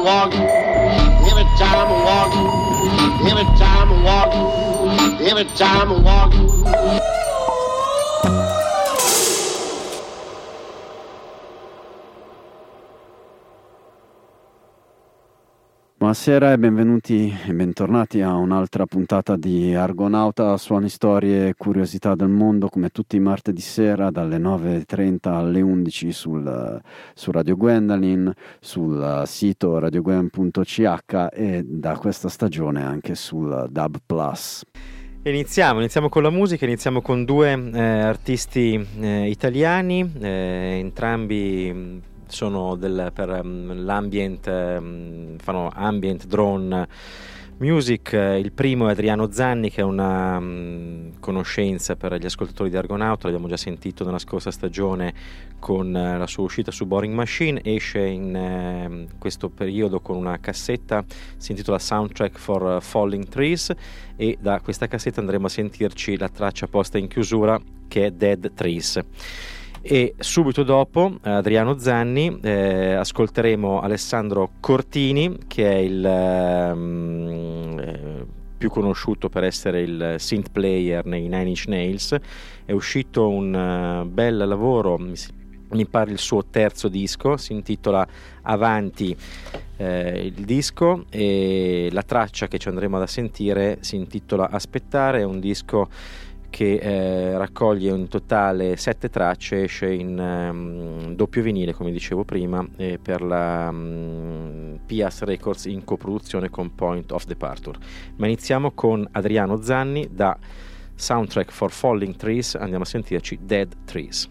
walk, every time I walk, every time I walk, every time I walk. Buonasera e benvenuti e bentornati a un'altra puntata di Argonauta, suoni, storie e curiosità del mondo, come tutti i martedì sera dalle 9.30 alle 11 su Radio Gwendolyn, sul sito radiogwen.ch e da questa stagione anche sul DAB+. Iniziamo con la musica, iniziamo con due artisti italiani, entrambi sono per l'ambient, fanno ambient drone music. Il primo è Adriano Zanni, che è una conoscenza per gli ascoltatori di Argonauta, l'abbiamo già sentito nella scorsa stagione con la sua uscita su Boring Machine. Esce in questo periodo con una cassetta, si intitola Soundtrack for Falling Trees, e da questa cassetta andremo a sentirci la traccia posta in chiusura, che è Dead Trees. E subito dopo Adriano Zanni ascolteremo Alessandro Cortini, che è il più conosciuto per essere il synth player nei Nine Inch Nails. È uscito un bel lavoro, mi pare il suo terzo disco, si intitola Avanti il disco, e la traccia che ci andremo ad sentire si intitola Aspettare. È un disco che raccoglie in totale 7 tracce, esce in doppio vinile, come dicevo prima, per la Pias Records in coproduzione con Point of Departure. Ma iniziamo con Adriano Zanni da Soundtrack for Falling Trees, andiamo a sentirci Dead Trees.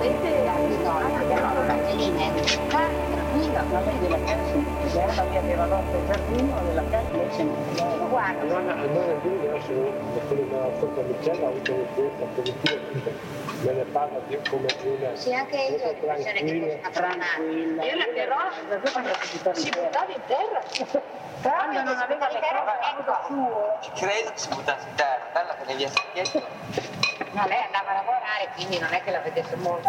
avete anche però le barcelline? Tranquilla, ma lei della casa la mia aveva rotto il giardino della casa invece no. Guarda. Non è diverso, quello della sotto Michela ha avuto un'esperienza positiva, me ne parla come una. Sì, anche io ho l'impressione che fosse una tranquilla. Io la però si buttava in terra. Quando non aveva le cose suo. Credo che si buttasse in terra, bella che ne via dietro. No, lei andava a lavorare, quindi non è che la vedesse molto.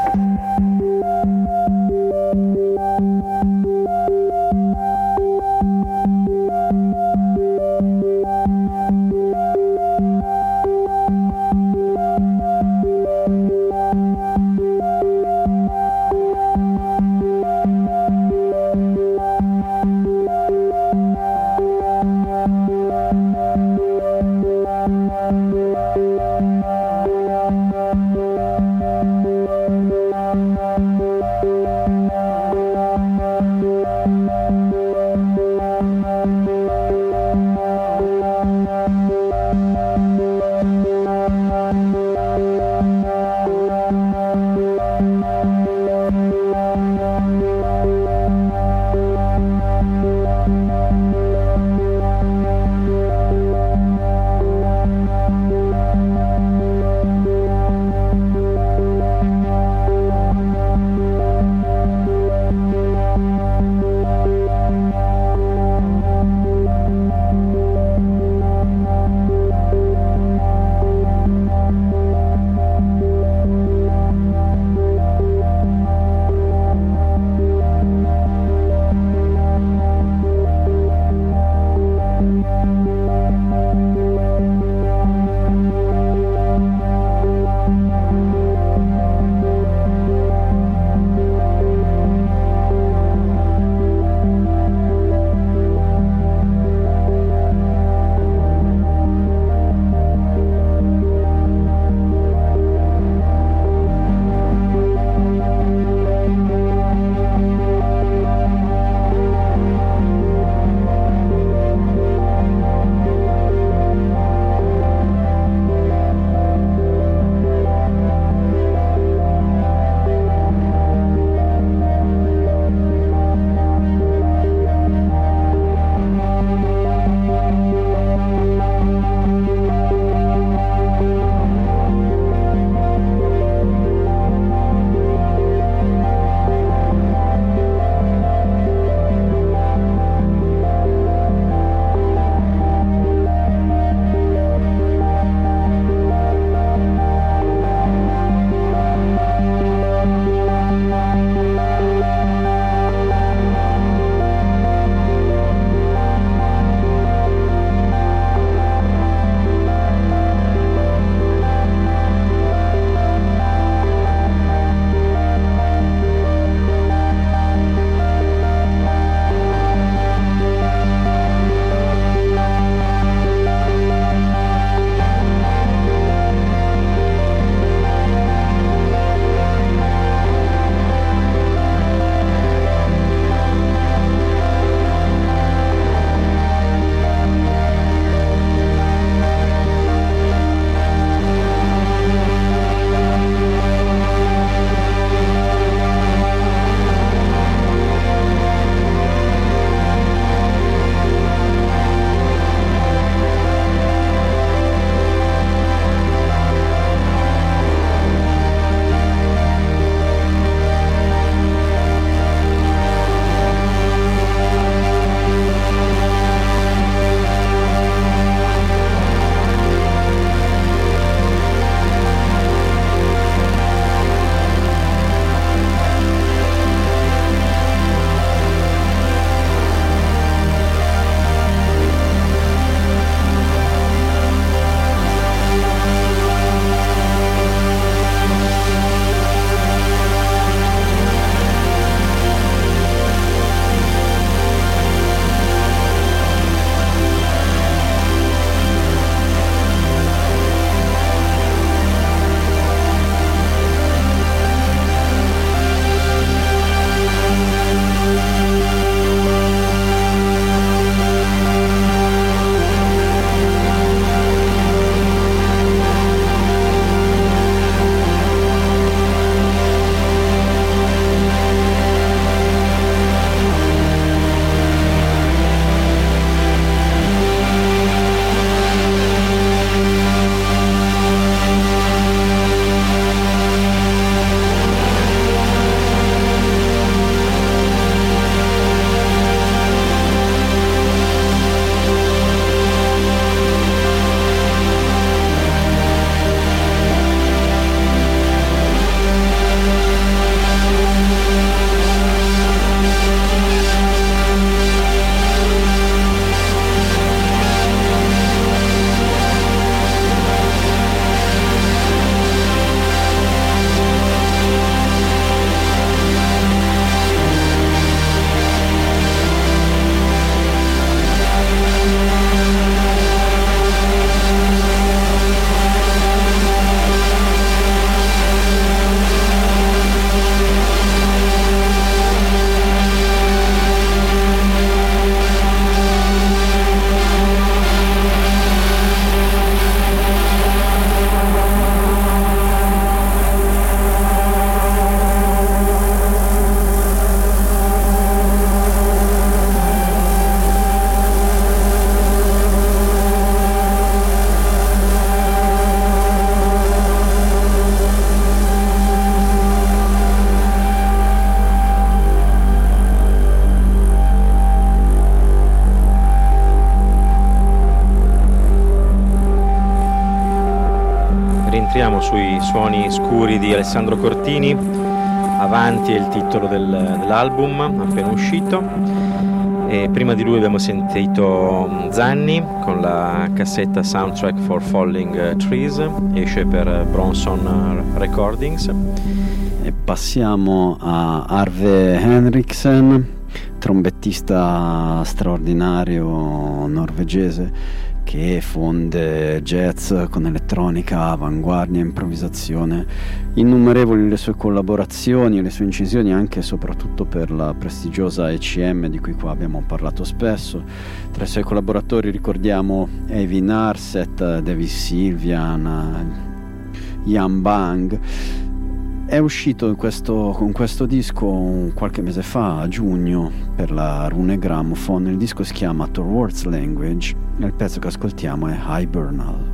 siamo sui suoni scuri di Alessandro Cortini. Avanti è il titolo dell'album appena uscito, e prima di lui abbiamo sentito Zanni con la cassetta Soundtrack for Falling Trees, esce per Bronson Recordings. E passiamo a Arve Henriksen, trombettista straordinario norvegese che fonde jazz con elettronica, avanguardia, improvvisazione. Innumerevoli le sue collaborazioni e le sue incisioni, anche e soprattutto per la prestigiosa ECM di cui qua abbiamo parlato spesso. Tra i suoi collaboratori ricordiamo Eivin Arset, Davis Sylvian, Jan Bang. È uscito con questo disco qualche mese fa, a giugno, per la Rune Gramophone. Il disco si chiama Towards Language e il pezzo che ascoltiamo è Hibernal.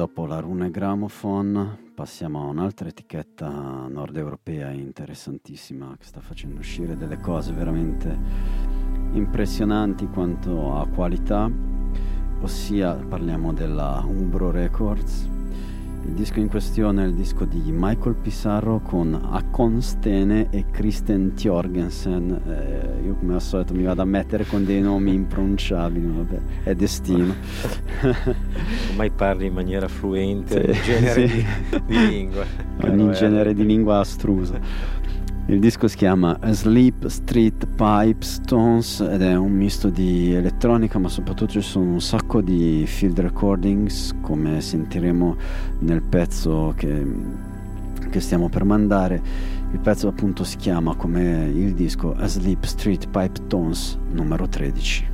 dopo la Rune Gramophone passiamo a un'altra etichetta nord europea interessantissima che sta facendo uscire delle cose veramente impressionanti quanto a qualità, ossia parliamo della Umbro Records. Il disco in questione è il disco di Michael Pissarro con Akon Stene e Kristen Tjorgensen. Io come al solito mi vado a mettere con dei nomi impronunciabili, vabbè, è destino. Ormai parli in maniera fluente, Sì, ogni genere sì. di lingua. Ogni genere di lingua astrusa. Il disco si chiama Sleep Street Pipestones ed è un misto di elettronica, ma soprattutto ci sono un sacco di field recordings, come sentiremo nel pezzo che stiamo per mandare. Il pezzo appunto si chiama, come il disco, Sleep Street Pipetones numero 13.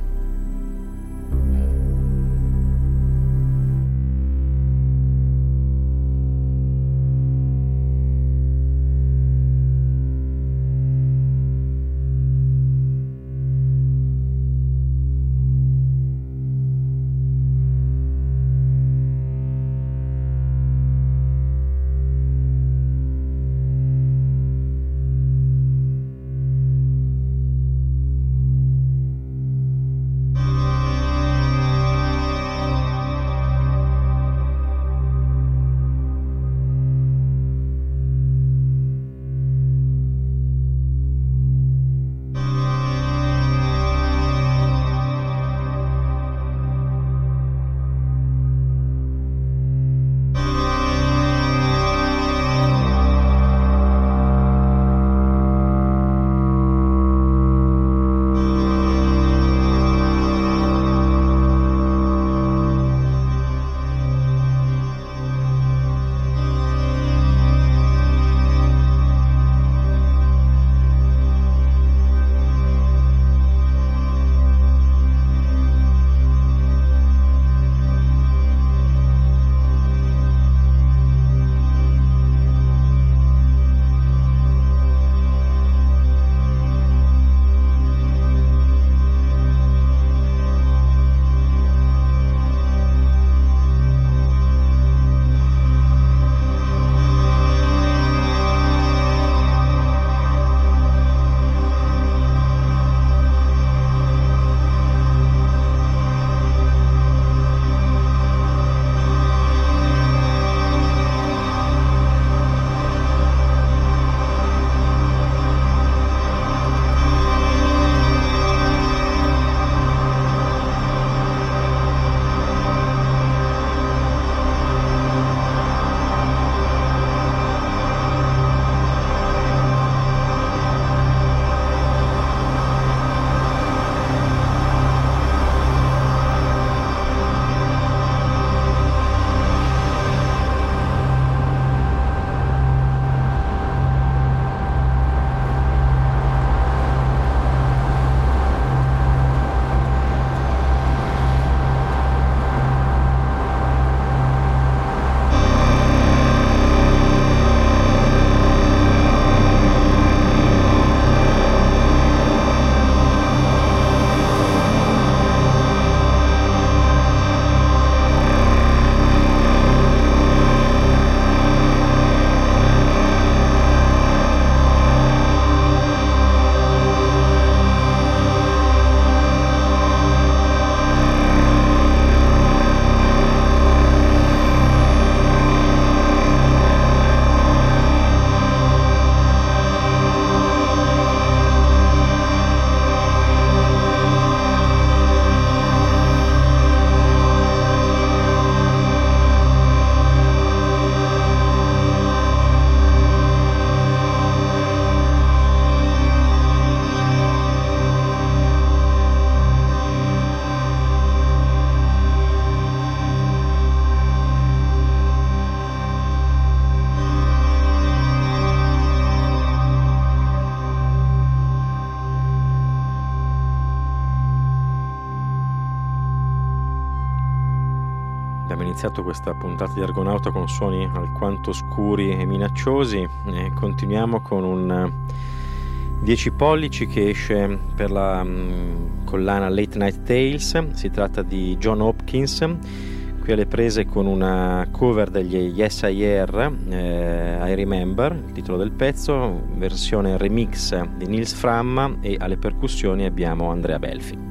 Abbiamo iniziato questa puntata di Argonauta con suoni alquanto scuri e minacciosi e continuiamo con un 10 pollici che esce per la collana Late Night Tales. Si tratta di John Hopkins, qui alle prese con una cover degli Yes I Are, I Remember, il titolo del pezzo, versione remix di Nils Fram, e alle percussioni abbiamo Andrea Belfi.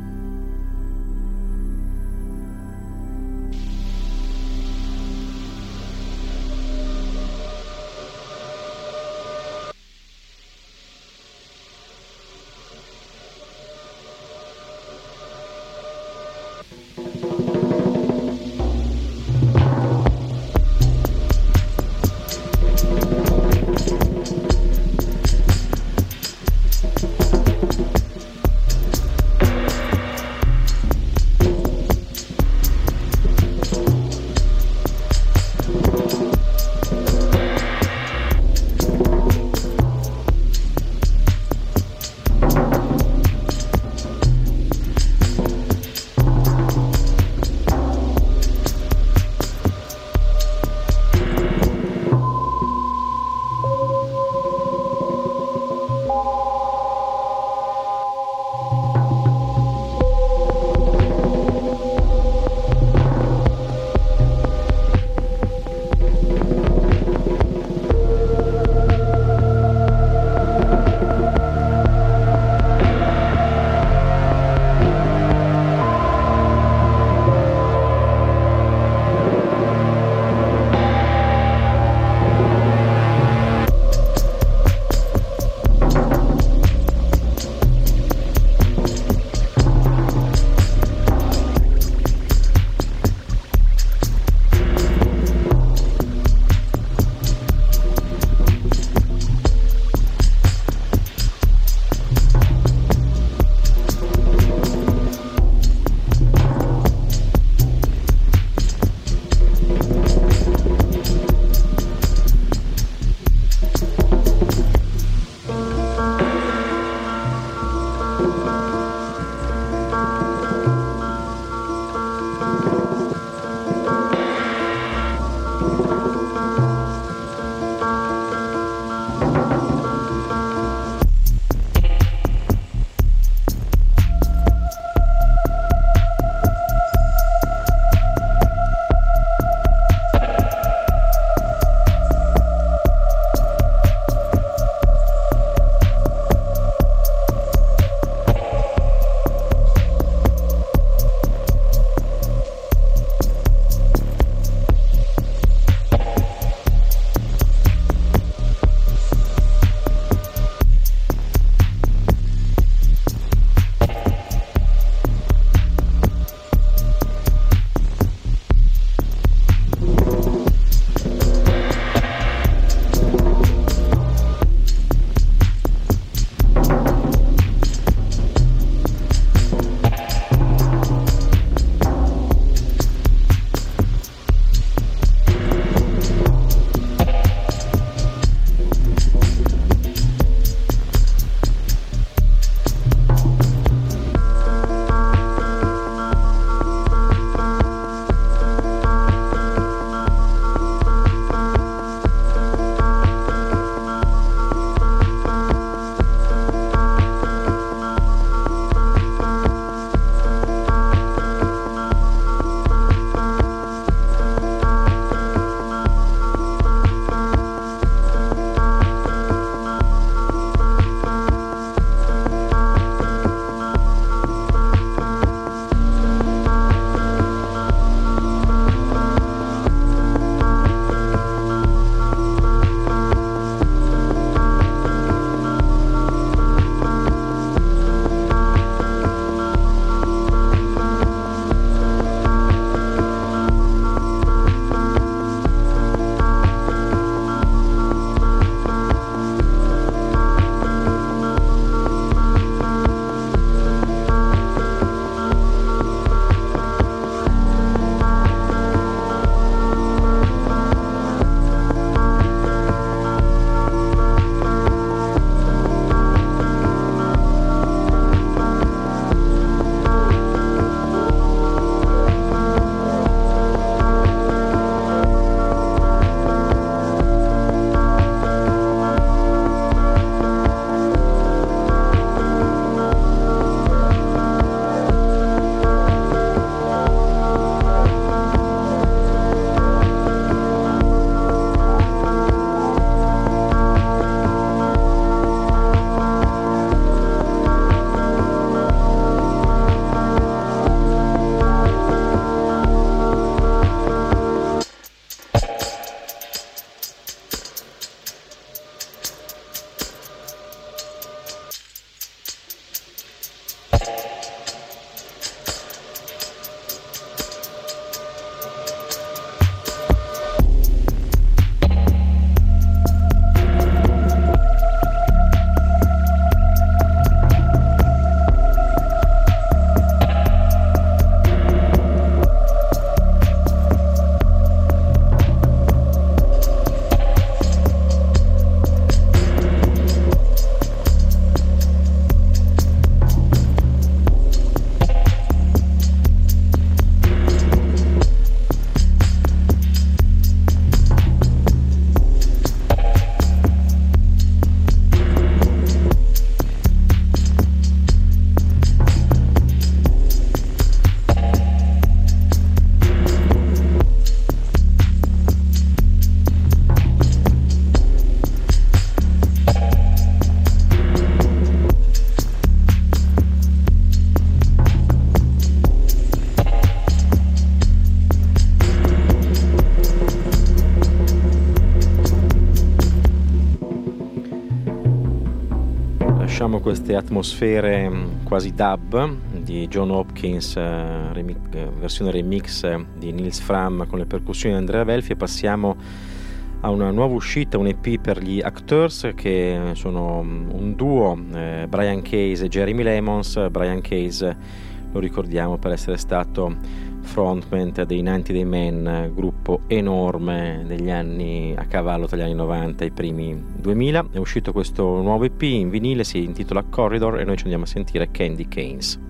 Lasciamo queste atmosfere quasi dub di John Hopkins, versione remix di Nils Fram con le percussioni di Andrea Velfi, e passiamo a una nuova uscita, un EP per gli Actors, che sono un duo, Brian Case e Jeremy Lemons. Brian Case lo ricordiamo per essere stato frontman dei 90 Day Men, gruppo enorme degli anni a cavallo tra gli anni 90 e i primi 2000. È uscito questo nuovo EP in vinile, si intitola Corridor, e noi ci andiamo a sentire Candy Canes.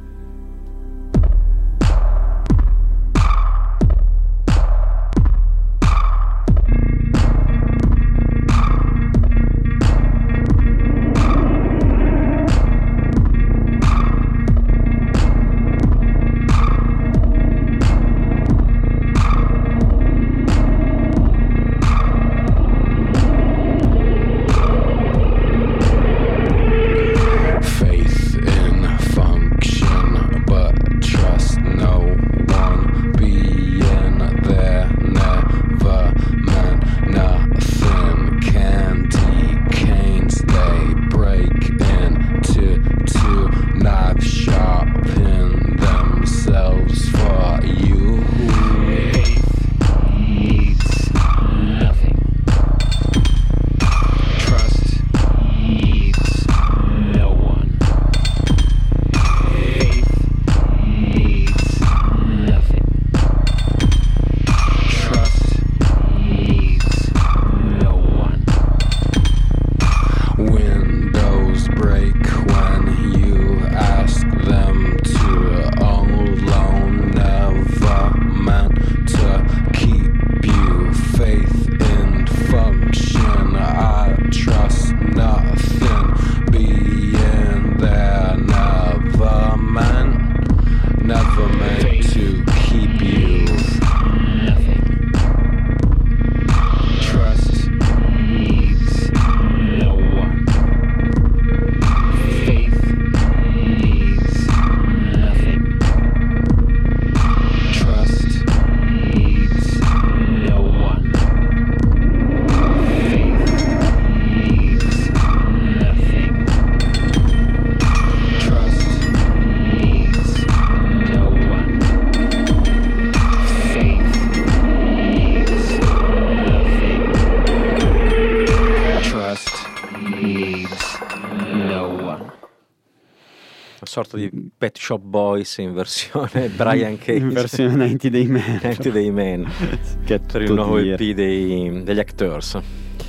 Sorta di Pet Shop Boys in versione Brian Case, in versione 90 Day Men, 90 Day Men che per il nuovo EP degli Actors.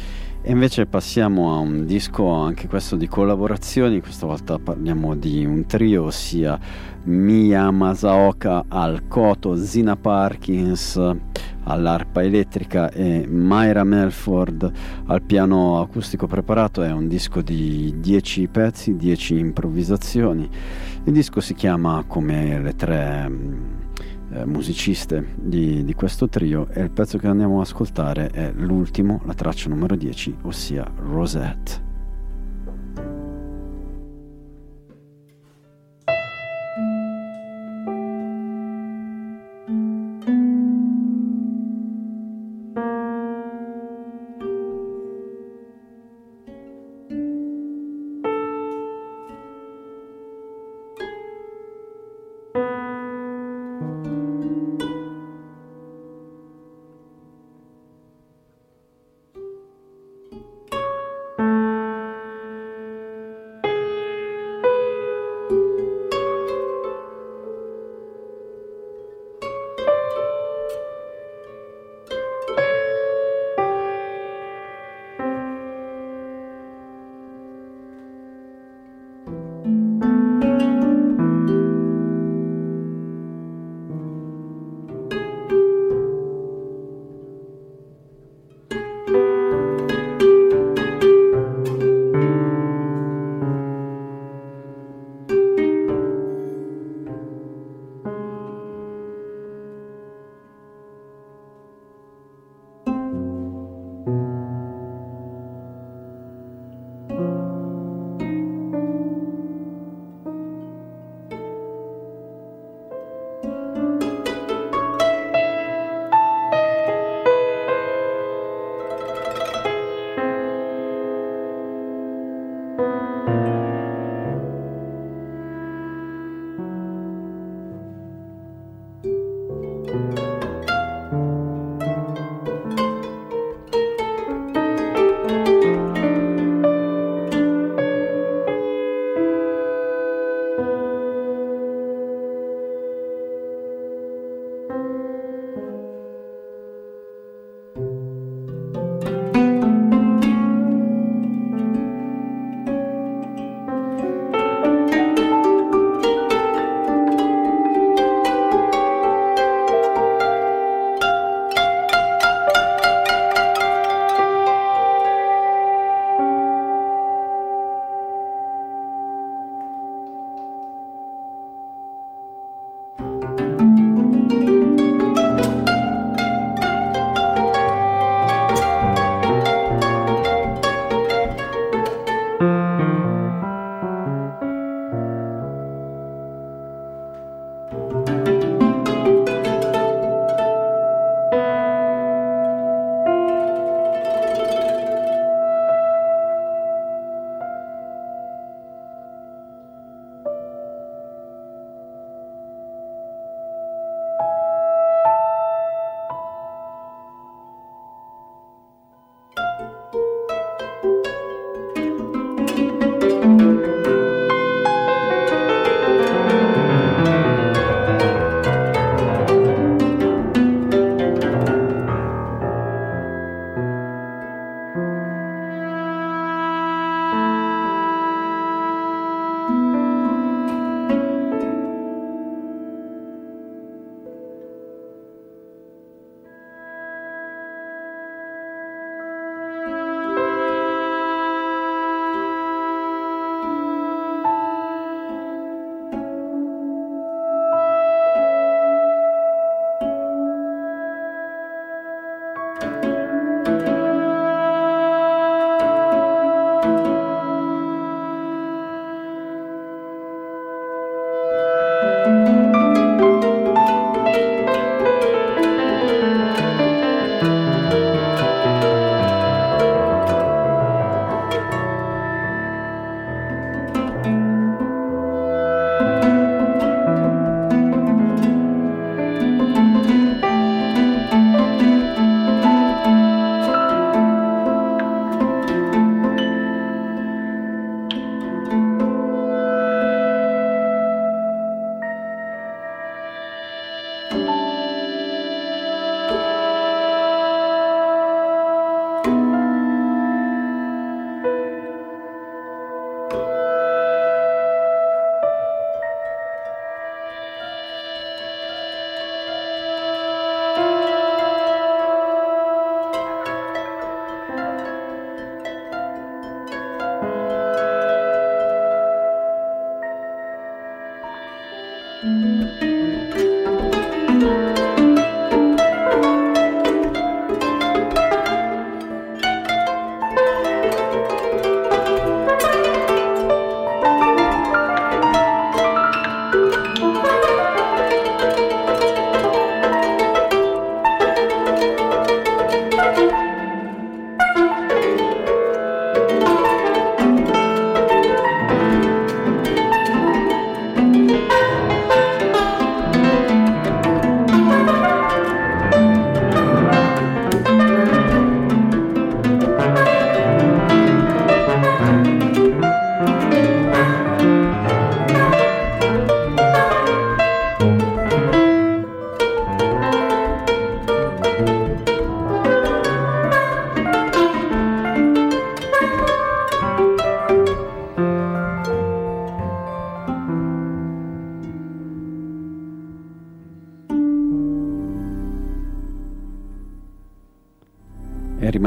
E invece passiamo a un disco anche questo di collaborazioni. Questa volta parliamo di un trio, ossia Mia Masaoka al koto, Zina Parkins all'arpa elettrica e Myra Melford al piano acustico preparato. È un disco di 10 pezzi, 10 improvvisazioni. Il disco si chiama come le tre musiciste di questo trio, e il pezzo che andiamo ad ascoltare è l'ultimo, la traccia numero 10, ossia Rosette.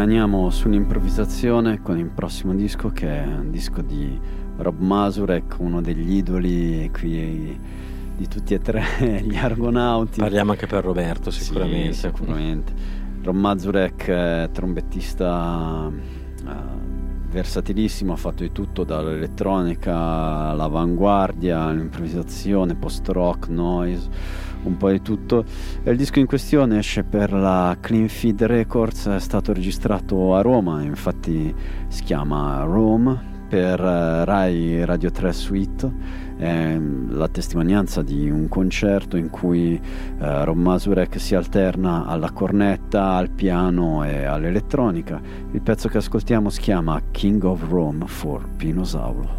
rimaniamo sull'improvvisazione con il prossimo disco, che è un disco di Rob Mazurek, uno degli idoli qui di tutti e tre gli Argonauti. Parliamo anche per Roberto, sicuramente. Sì, sicuramente. Rob Mazurek è trombettista versatilissimo, ha fatto di tutto, dall'elettronica all'avanguardia, all'improvvisazione, post-rock, noise, un po' di tutto. E il disco in questione esce per la Clean Feed Records, è stato registrato a Roma, infatti si chiama Rome, per Rai Radio 3 Suite. È la testimonianza di un concerto in cui Rob Mazurek si alterna alla cornetta, al piano e all'elettronica. Il pezzo che ascoltiamo si chiama King of Rome for Pino Saulo.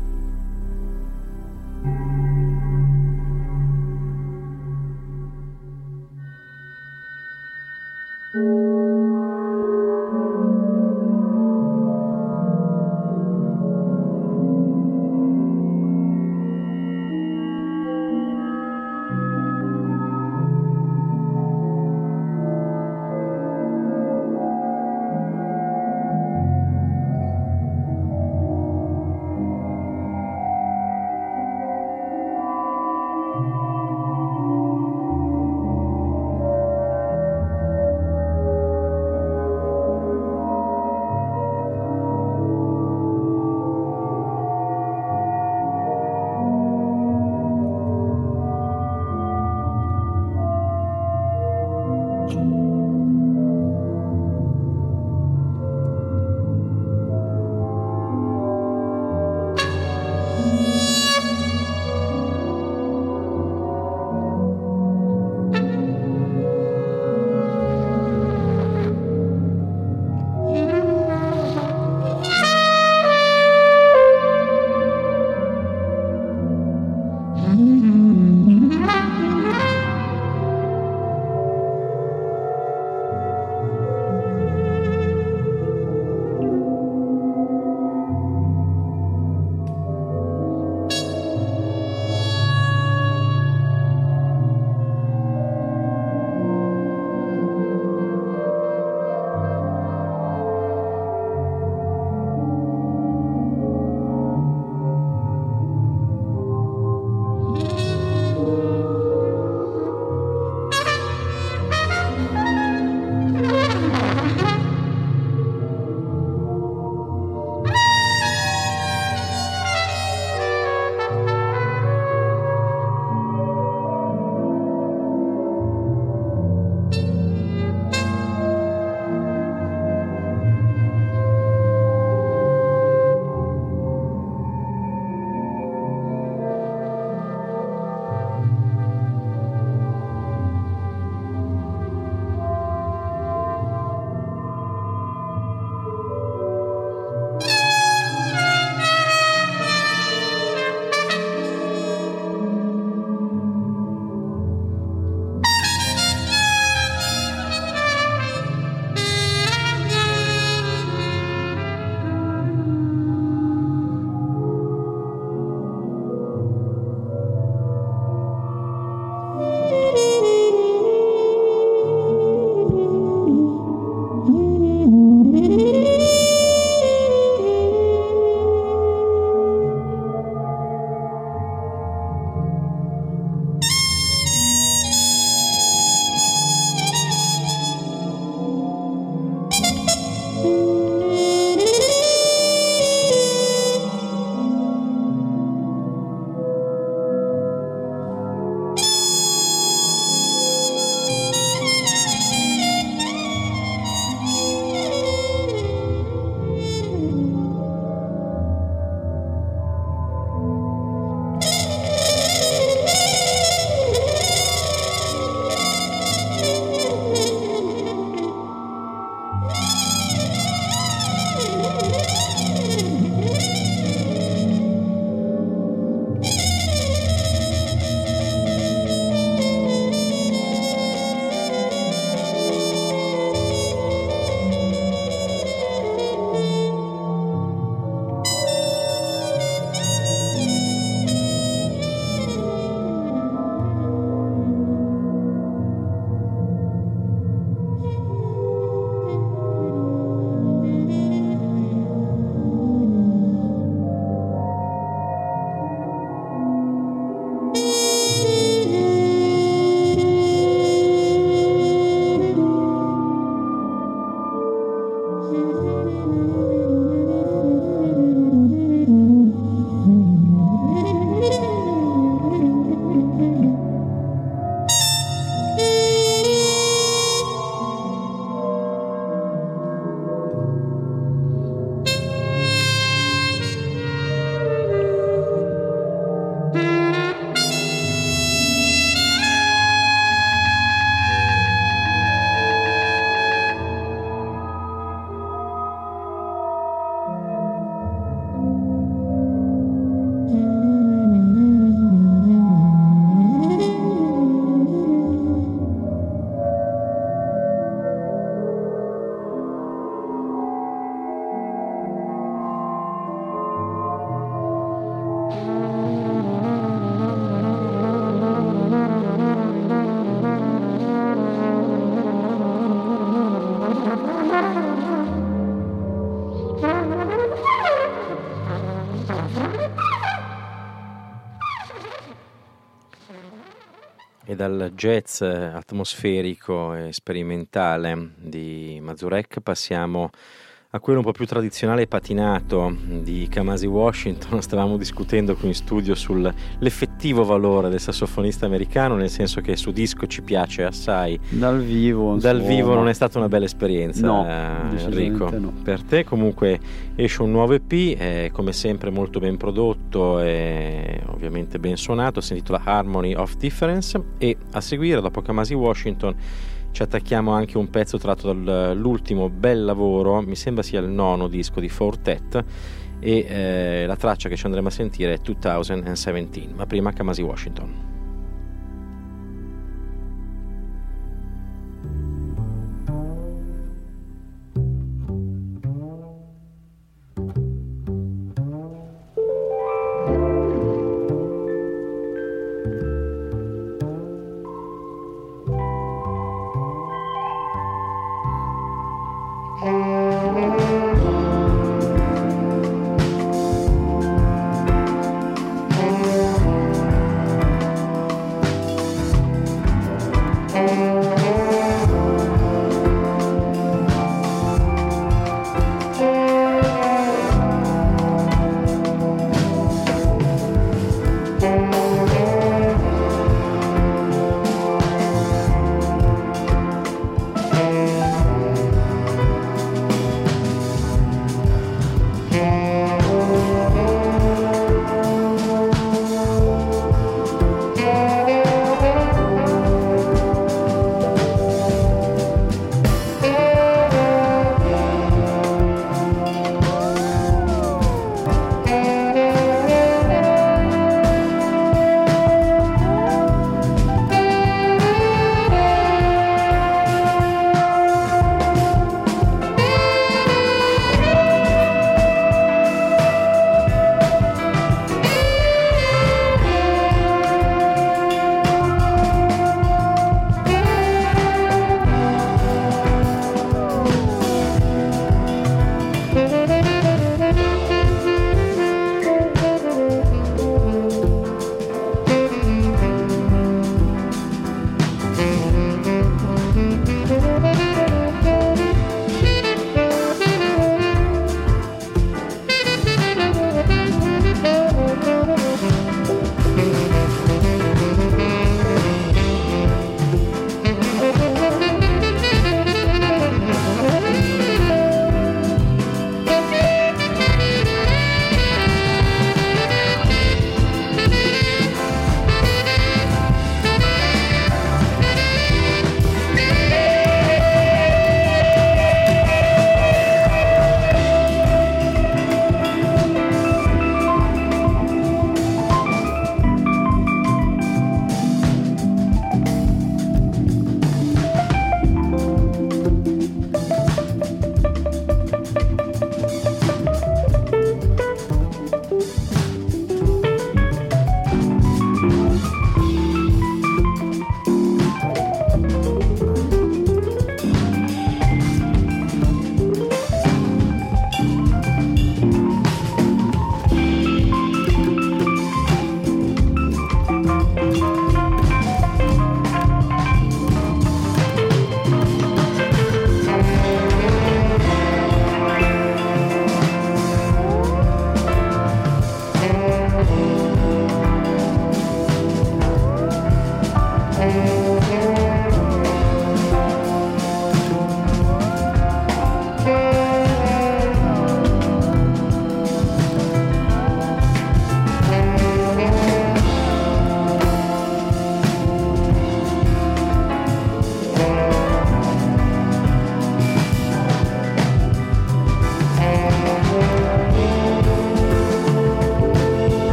E dal jazz atmosferico e sperimentale di Mazurek passiamo a quello un po' più tradizionale e patinato di Kamasi Washington. Stavamo discutendo qui in studio sull'effettivo valore del sassofonista americano, nel senso che su disco ci piace assai. Dal vivo Non è stata una bella esperienza, no, Enrico. No. Per te comunque esce un nuovo EP, è come sempre molto ben prodotto e ovviamente ben suonato, si intitola Harmony of Difference, e a seguire, dopo Kamasi Washington, ci attacchiamo anche un pezzo tratto dall'ultimo bel lavoro, mi sembra sia il 9° disco di Four-Tet, e la traccia che ci andremo a sentire è 2017, ma prima Kamasi Washington.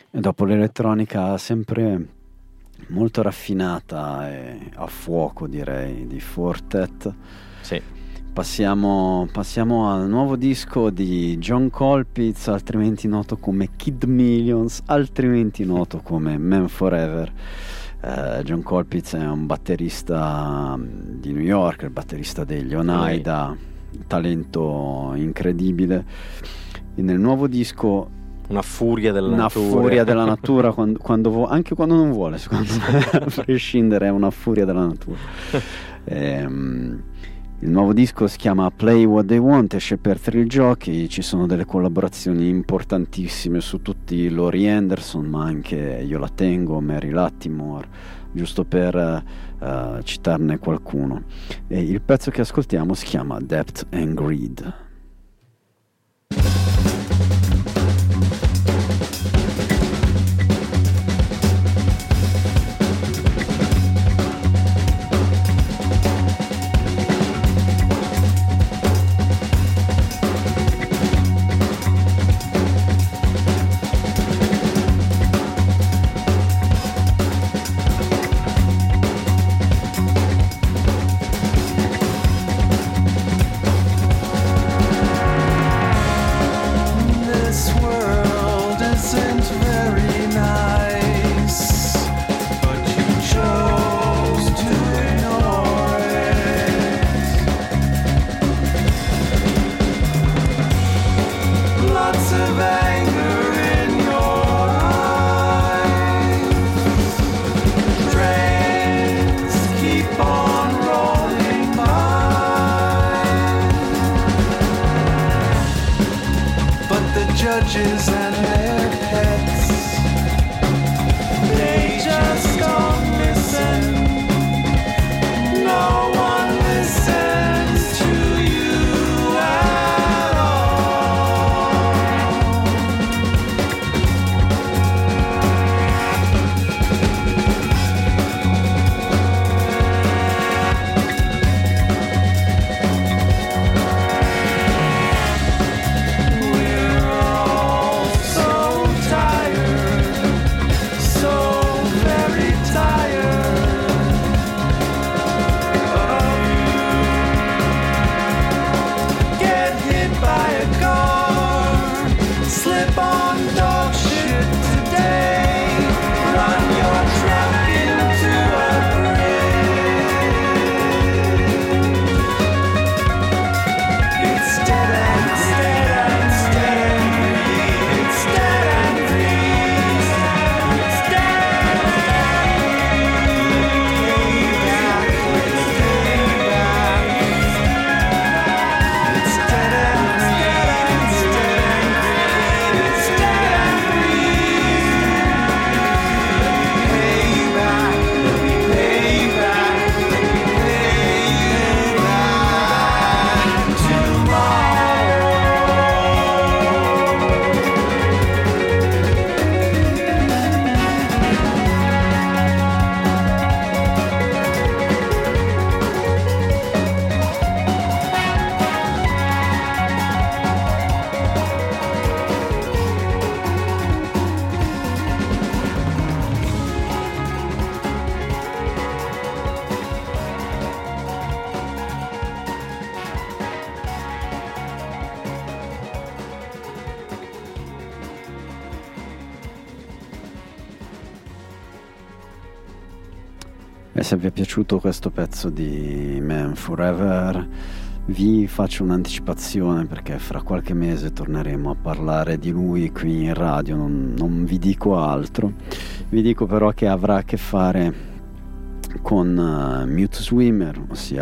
E dopo l'elettronica sempre molto raffinata e a fuoco, direi, di Fortet, Sì. passiamo al nuovo disco di John Colpitts, altrimenti noto come Kid Millions, altrimenti noto come Man Forever. John Colpitts è un batterista di New York, il batterista degli Oneida, talento incredibile. E nel nuovo disco Una furia della una natura. furia della natura anche quando non vuole, secondo me, a prescindere, è una furia della natura. Il nuovo disco si chiama Play What They Want, esce per Thrill Jockey, ci sono delle collaborazioni importantissime su tutti, Laurie Anderson, ma anche Io La Tengo, Mary Lattimore, giusto per citarne qualcuno. E il pezzo che ascoltiamo si chiama Depth and Greed. E se vi è piaciuto questo pezzo di Man Forever, vi faccio un'anticipazione, perché fra qualche mese torneremo a parlare di lui qui in radio. Non vi dico altro, vi dico però che avrà a che fare con Mute Swimmer, ossia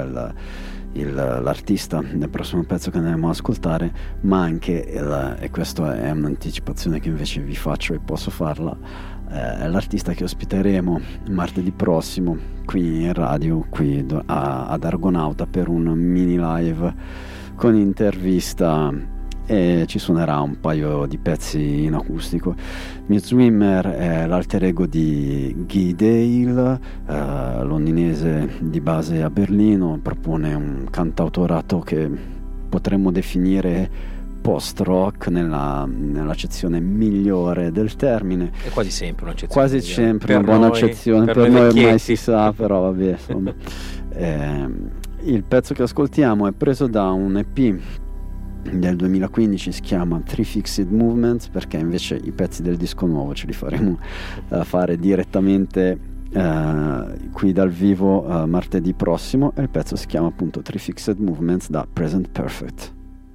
l'artista del prossimo pezzo che andremo ad ascoltare, ma anche e questa è un'anticipazione che invece vi faccio e posso farla, è l'artista che ospiteremo martedì prossimo qui in radio, qui ad Argonauta, per un mini live con intervista, e ci suonerà un paio di pezzi in acustico. Mute Swimmer è l'alter ego di Guy Dale, londinese di base a Berlino. Propone un cantautorato che potremmo definire post-rock nell'accezione migliore del termine. È quasi sempre un'accezione. Quasi migliore. sempre Per una buona noi, accezione, per noi vecchietti. ormai si sa, però vabbè, insomma. Il pezzo che ascoltiamo è preso da un EP del 2015, si chiama Three Fixed Movements, perché invece i pezzi del disco nuovo ce li faremo fare direttamente qui dal vivo martedì prossimo, e il pezzo si chiama appunto Three Fixed Movements da Present Perfect.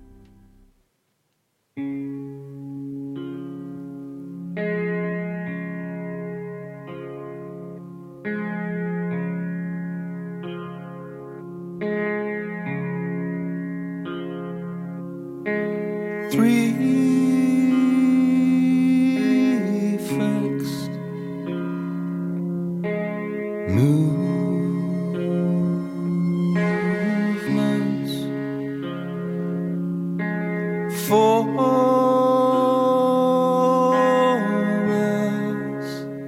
Three fixed movements, formless,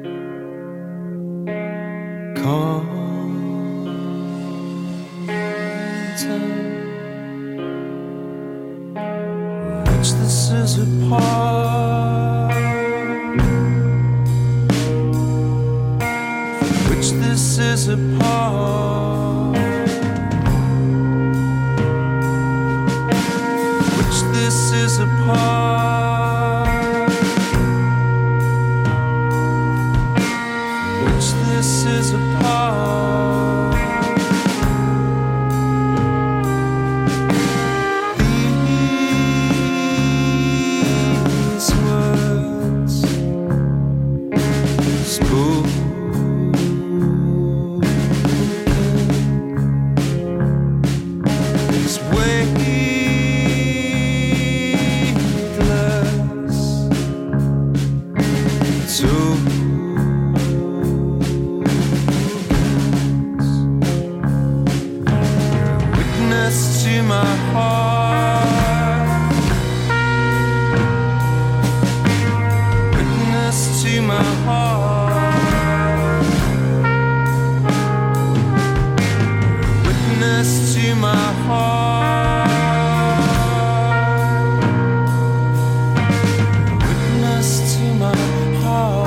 content, which this is a part, which this is a part, which this is a part, which this is a part. These words spoken, is weightless to witness to my heart, witness to my heart, witness to my heart, witness to my heart.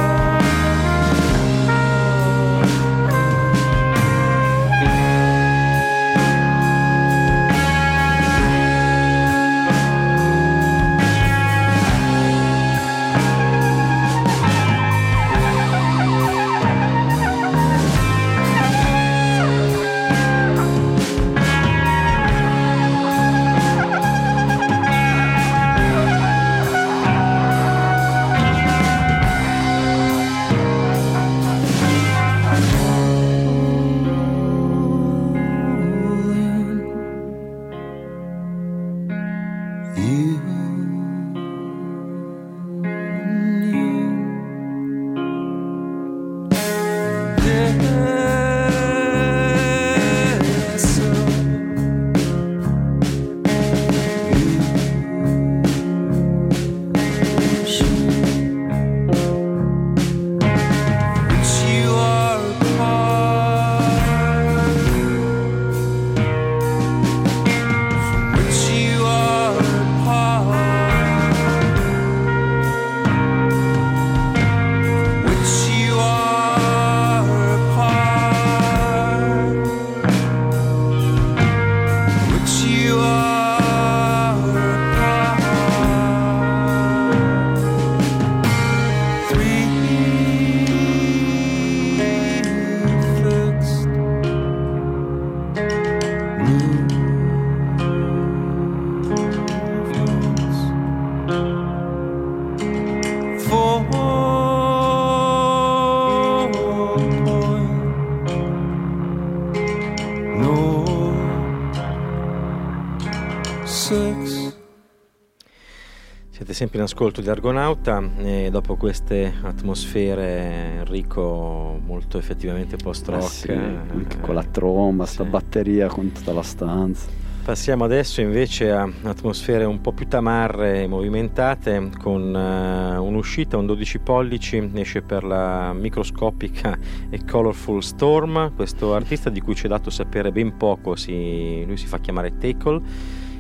Siete sempre in ascolto di Argonauta e dopo queste atmosfere, Enrico, molto effettivamente post-rock, sì, anche con la tromba, sta batteria con tutta la stanza. Passiamo adesso invece a atmosfere un po' più tamarre e movimentate, con un'uscita, un 12 pollici, esce per la microscopica e Colorful Storm, questo artista di cui ci è dato sapere ben poco, lui si fa chiamare Tackle,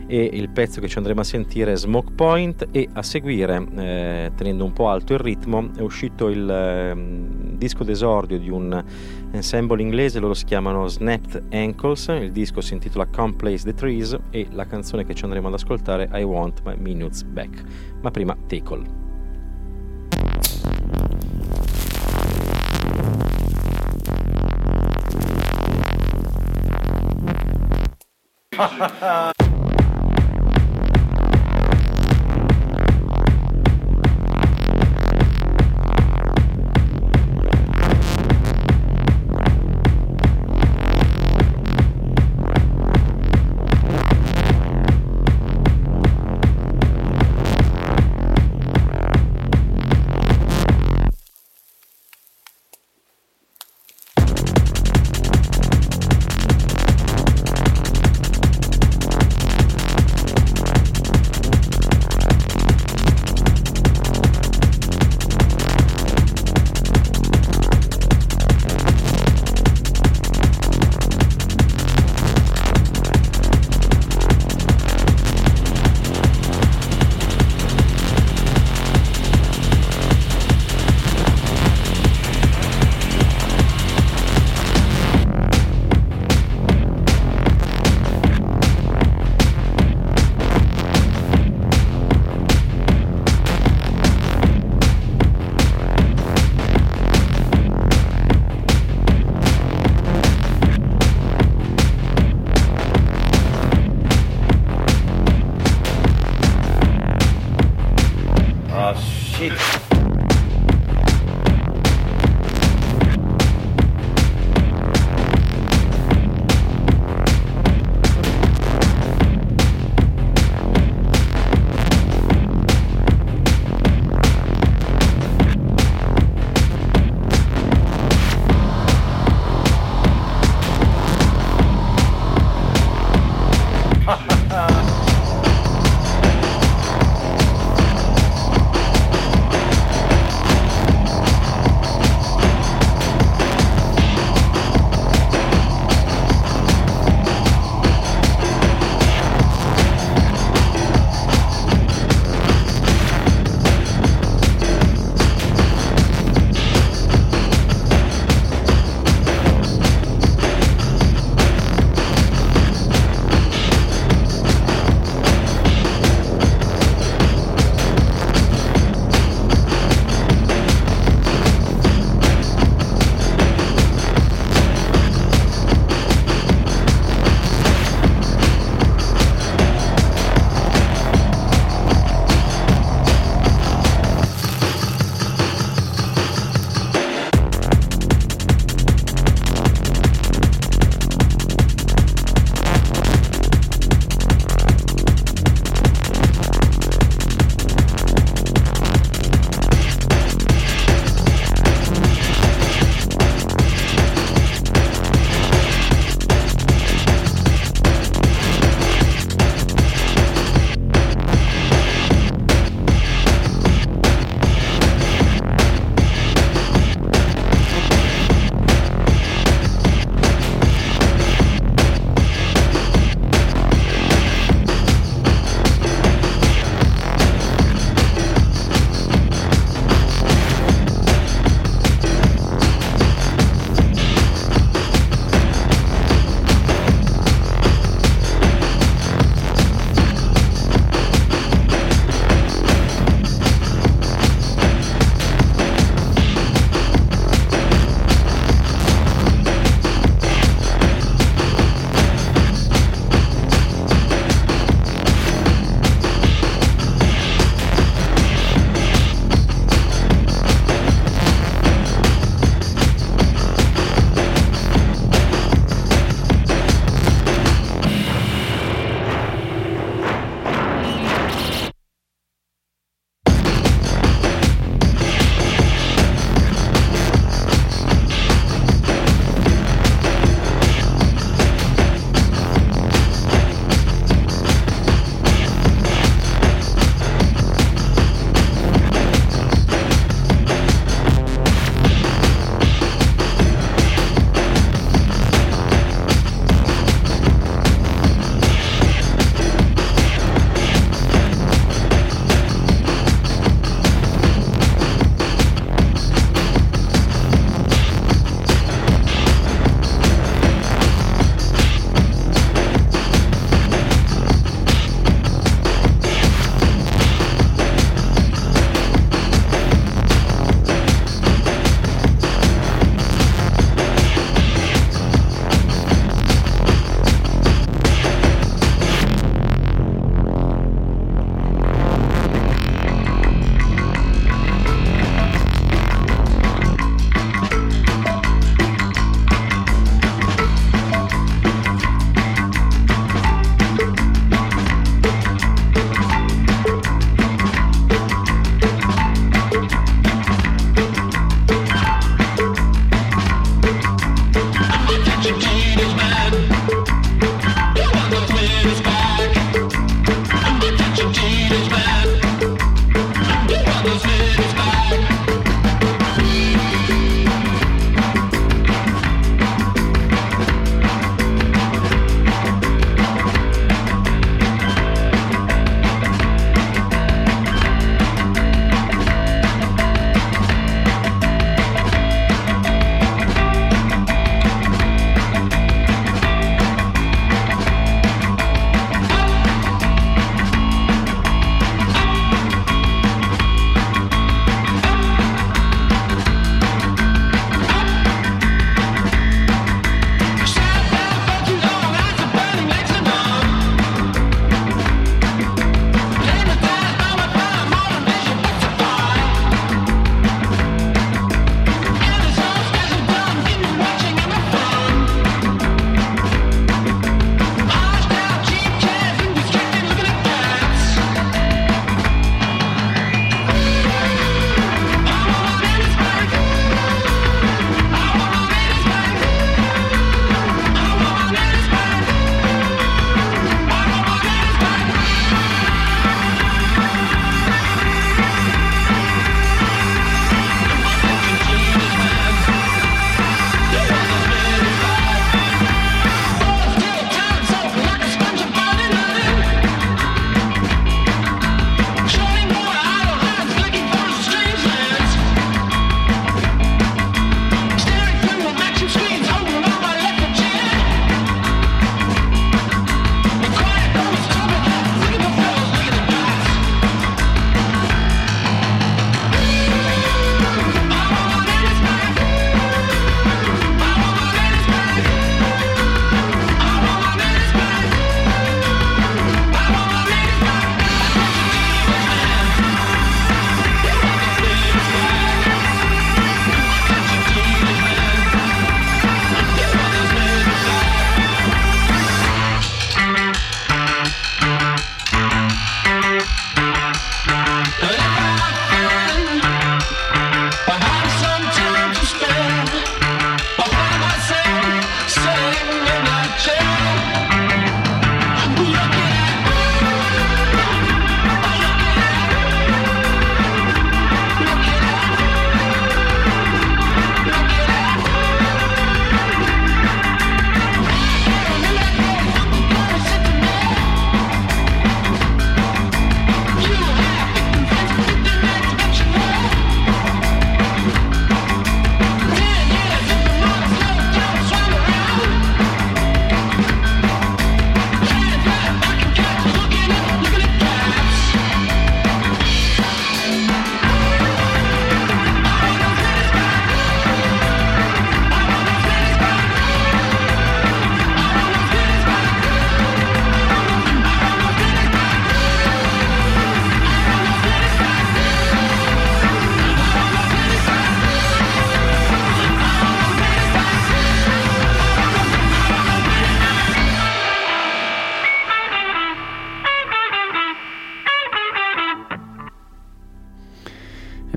e il pezzo che ci andremo a sentire è Smoke Point, e a seguire, tenendo un po' alto il ritmo, è uscito il disco d'esordio di un ensemble inglese, loro si chiamano Snapped Ankles, il disco si intitola Come Place the Trees e la canzone che ci andremo ad ascoltare è I Want My Minutes Back, ma prima Tackle.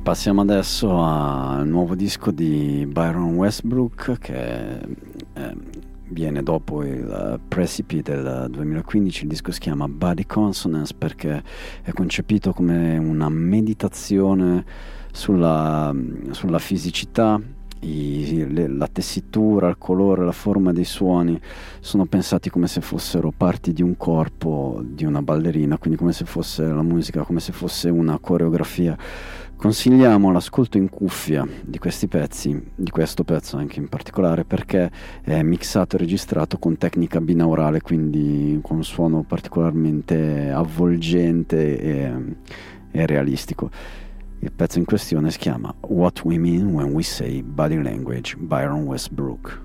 Passiamo adesso al nuovo disco di Byron Westbrook che viene dopo il Precipice del 2015. Il disco si chiama Body Consonance perché è concepito come una meditazione sulla fisicità. La tessitura, il colore, la forma dei suoni sono pensati come se fossero parti di un corpo di una ballerina, quindi come se fosse la musica, come se fosse una coreografia. Consigliamo l'ascolto in cuffia di questi pezzi, di questo pezzo anche in particolare, perché è mixato e registrato con tecnica binaurale, quindi con un suono particolarmente avvolgente e realistico. Il pezzo in questione si chiama What We Mean When We Say Body Language, Byron Westbrook.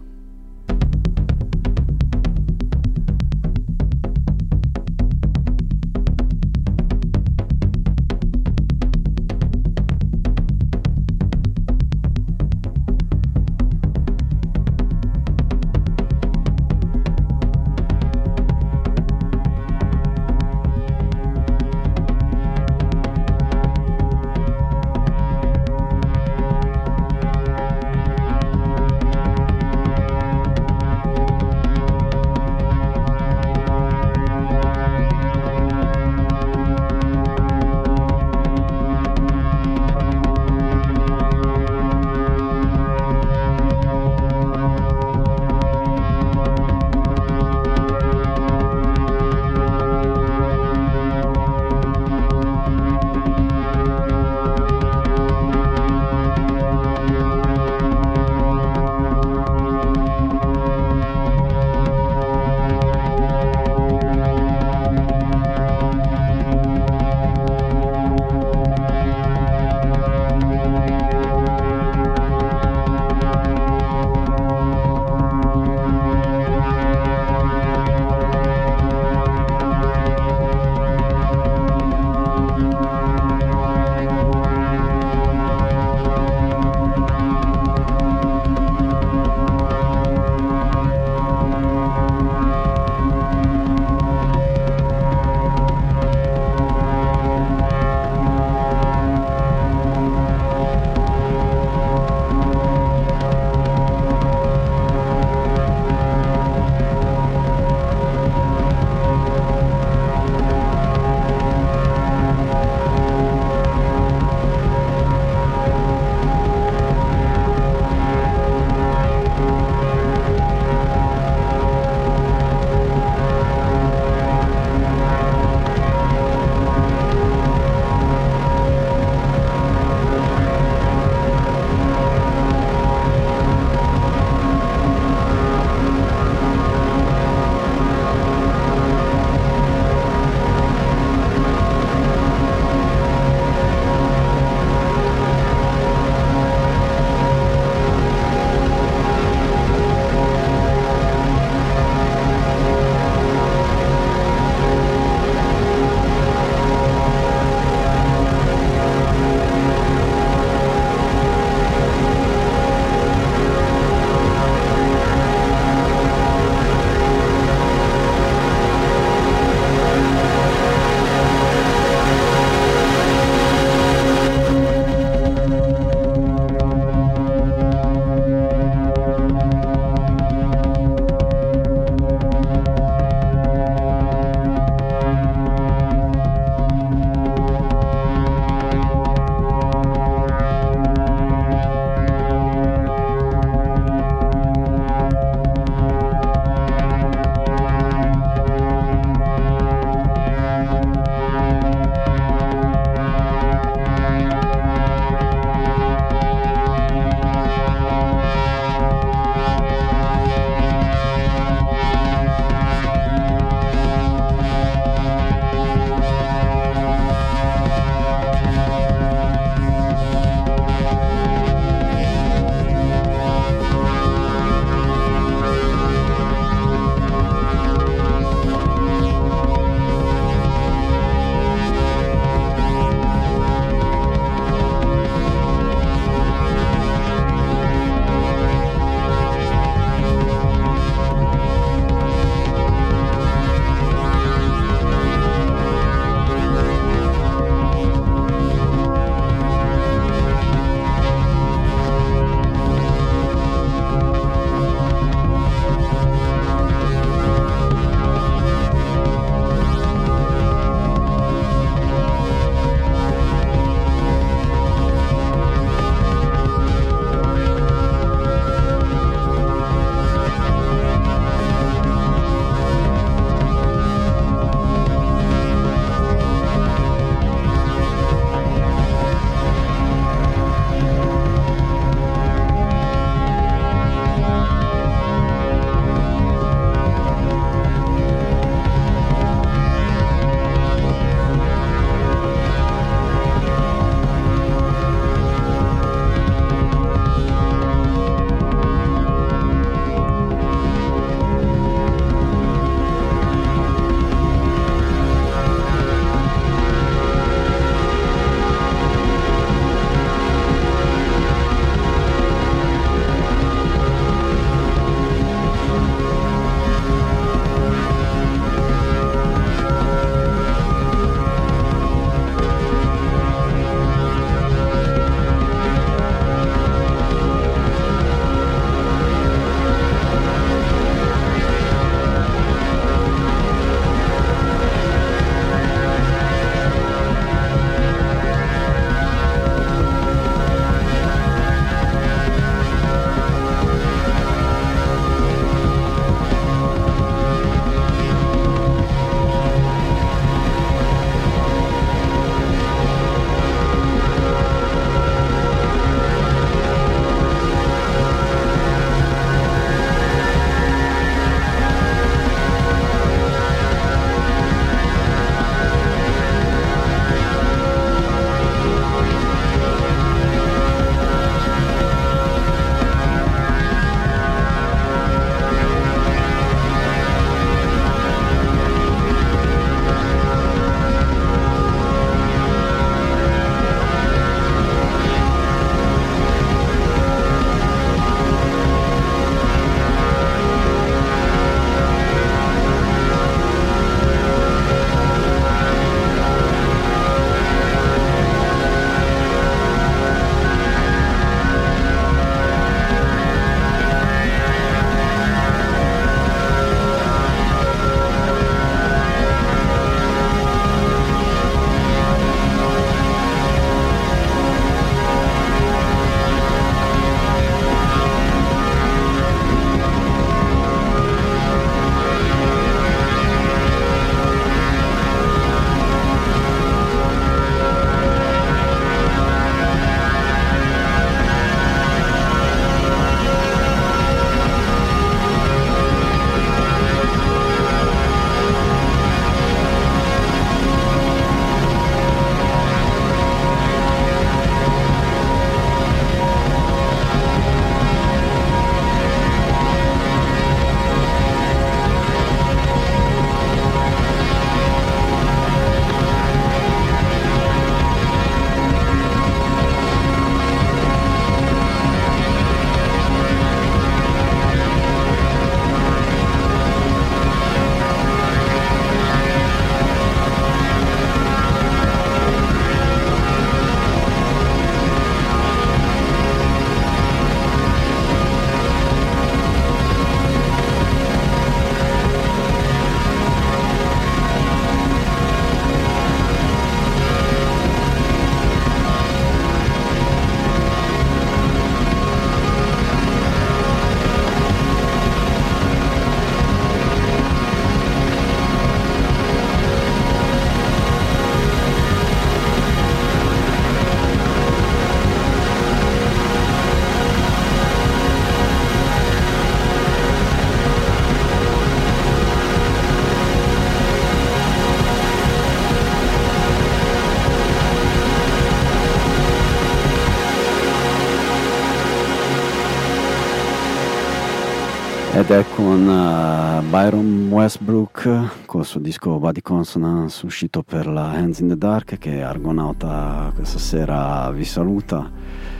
ed è con Byron Westbrook col suo disco Body Consonance uscito per la Hands in the Dark, che Argonauta questa sera vi saluta.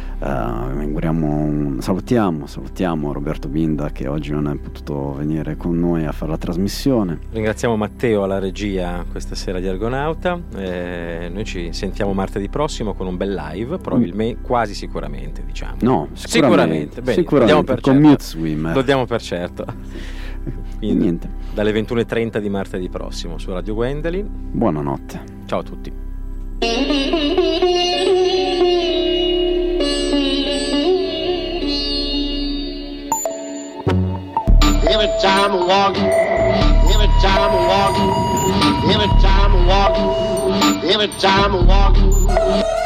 Salutiamo Roberto Binda, che oggi non è potuto venire con noi a fare la trasmissione. Ringraziamo Matteo alla regia questa sera di Argonauta. Noi ci sentiamo martedì prossimo con un bel live, probabilmente, quasi sicuramente, diciamo. No, sicuramente. Bene, sicuramente con Mute Swimmer. Lo diamo per certo. Quindi, niente. Dalle 21:30 di martedì prossimo su Radio Gwendoline. Buonanotte. Ciao a tutti. Every time I'm walking, every time I'm walking, every time I'm walking, every time I'm walking.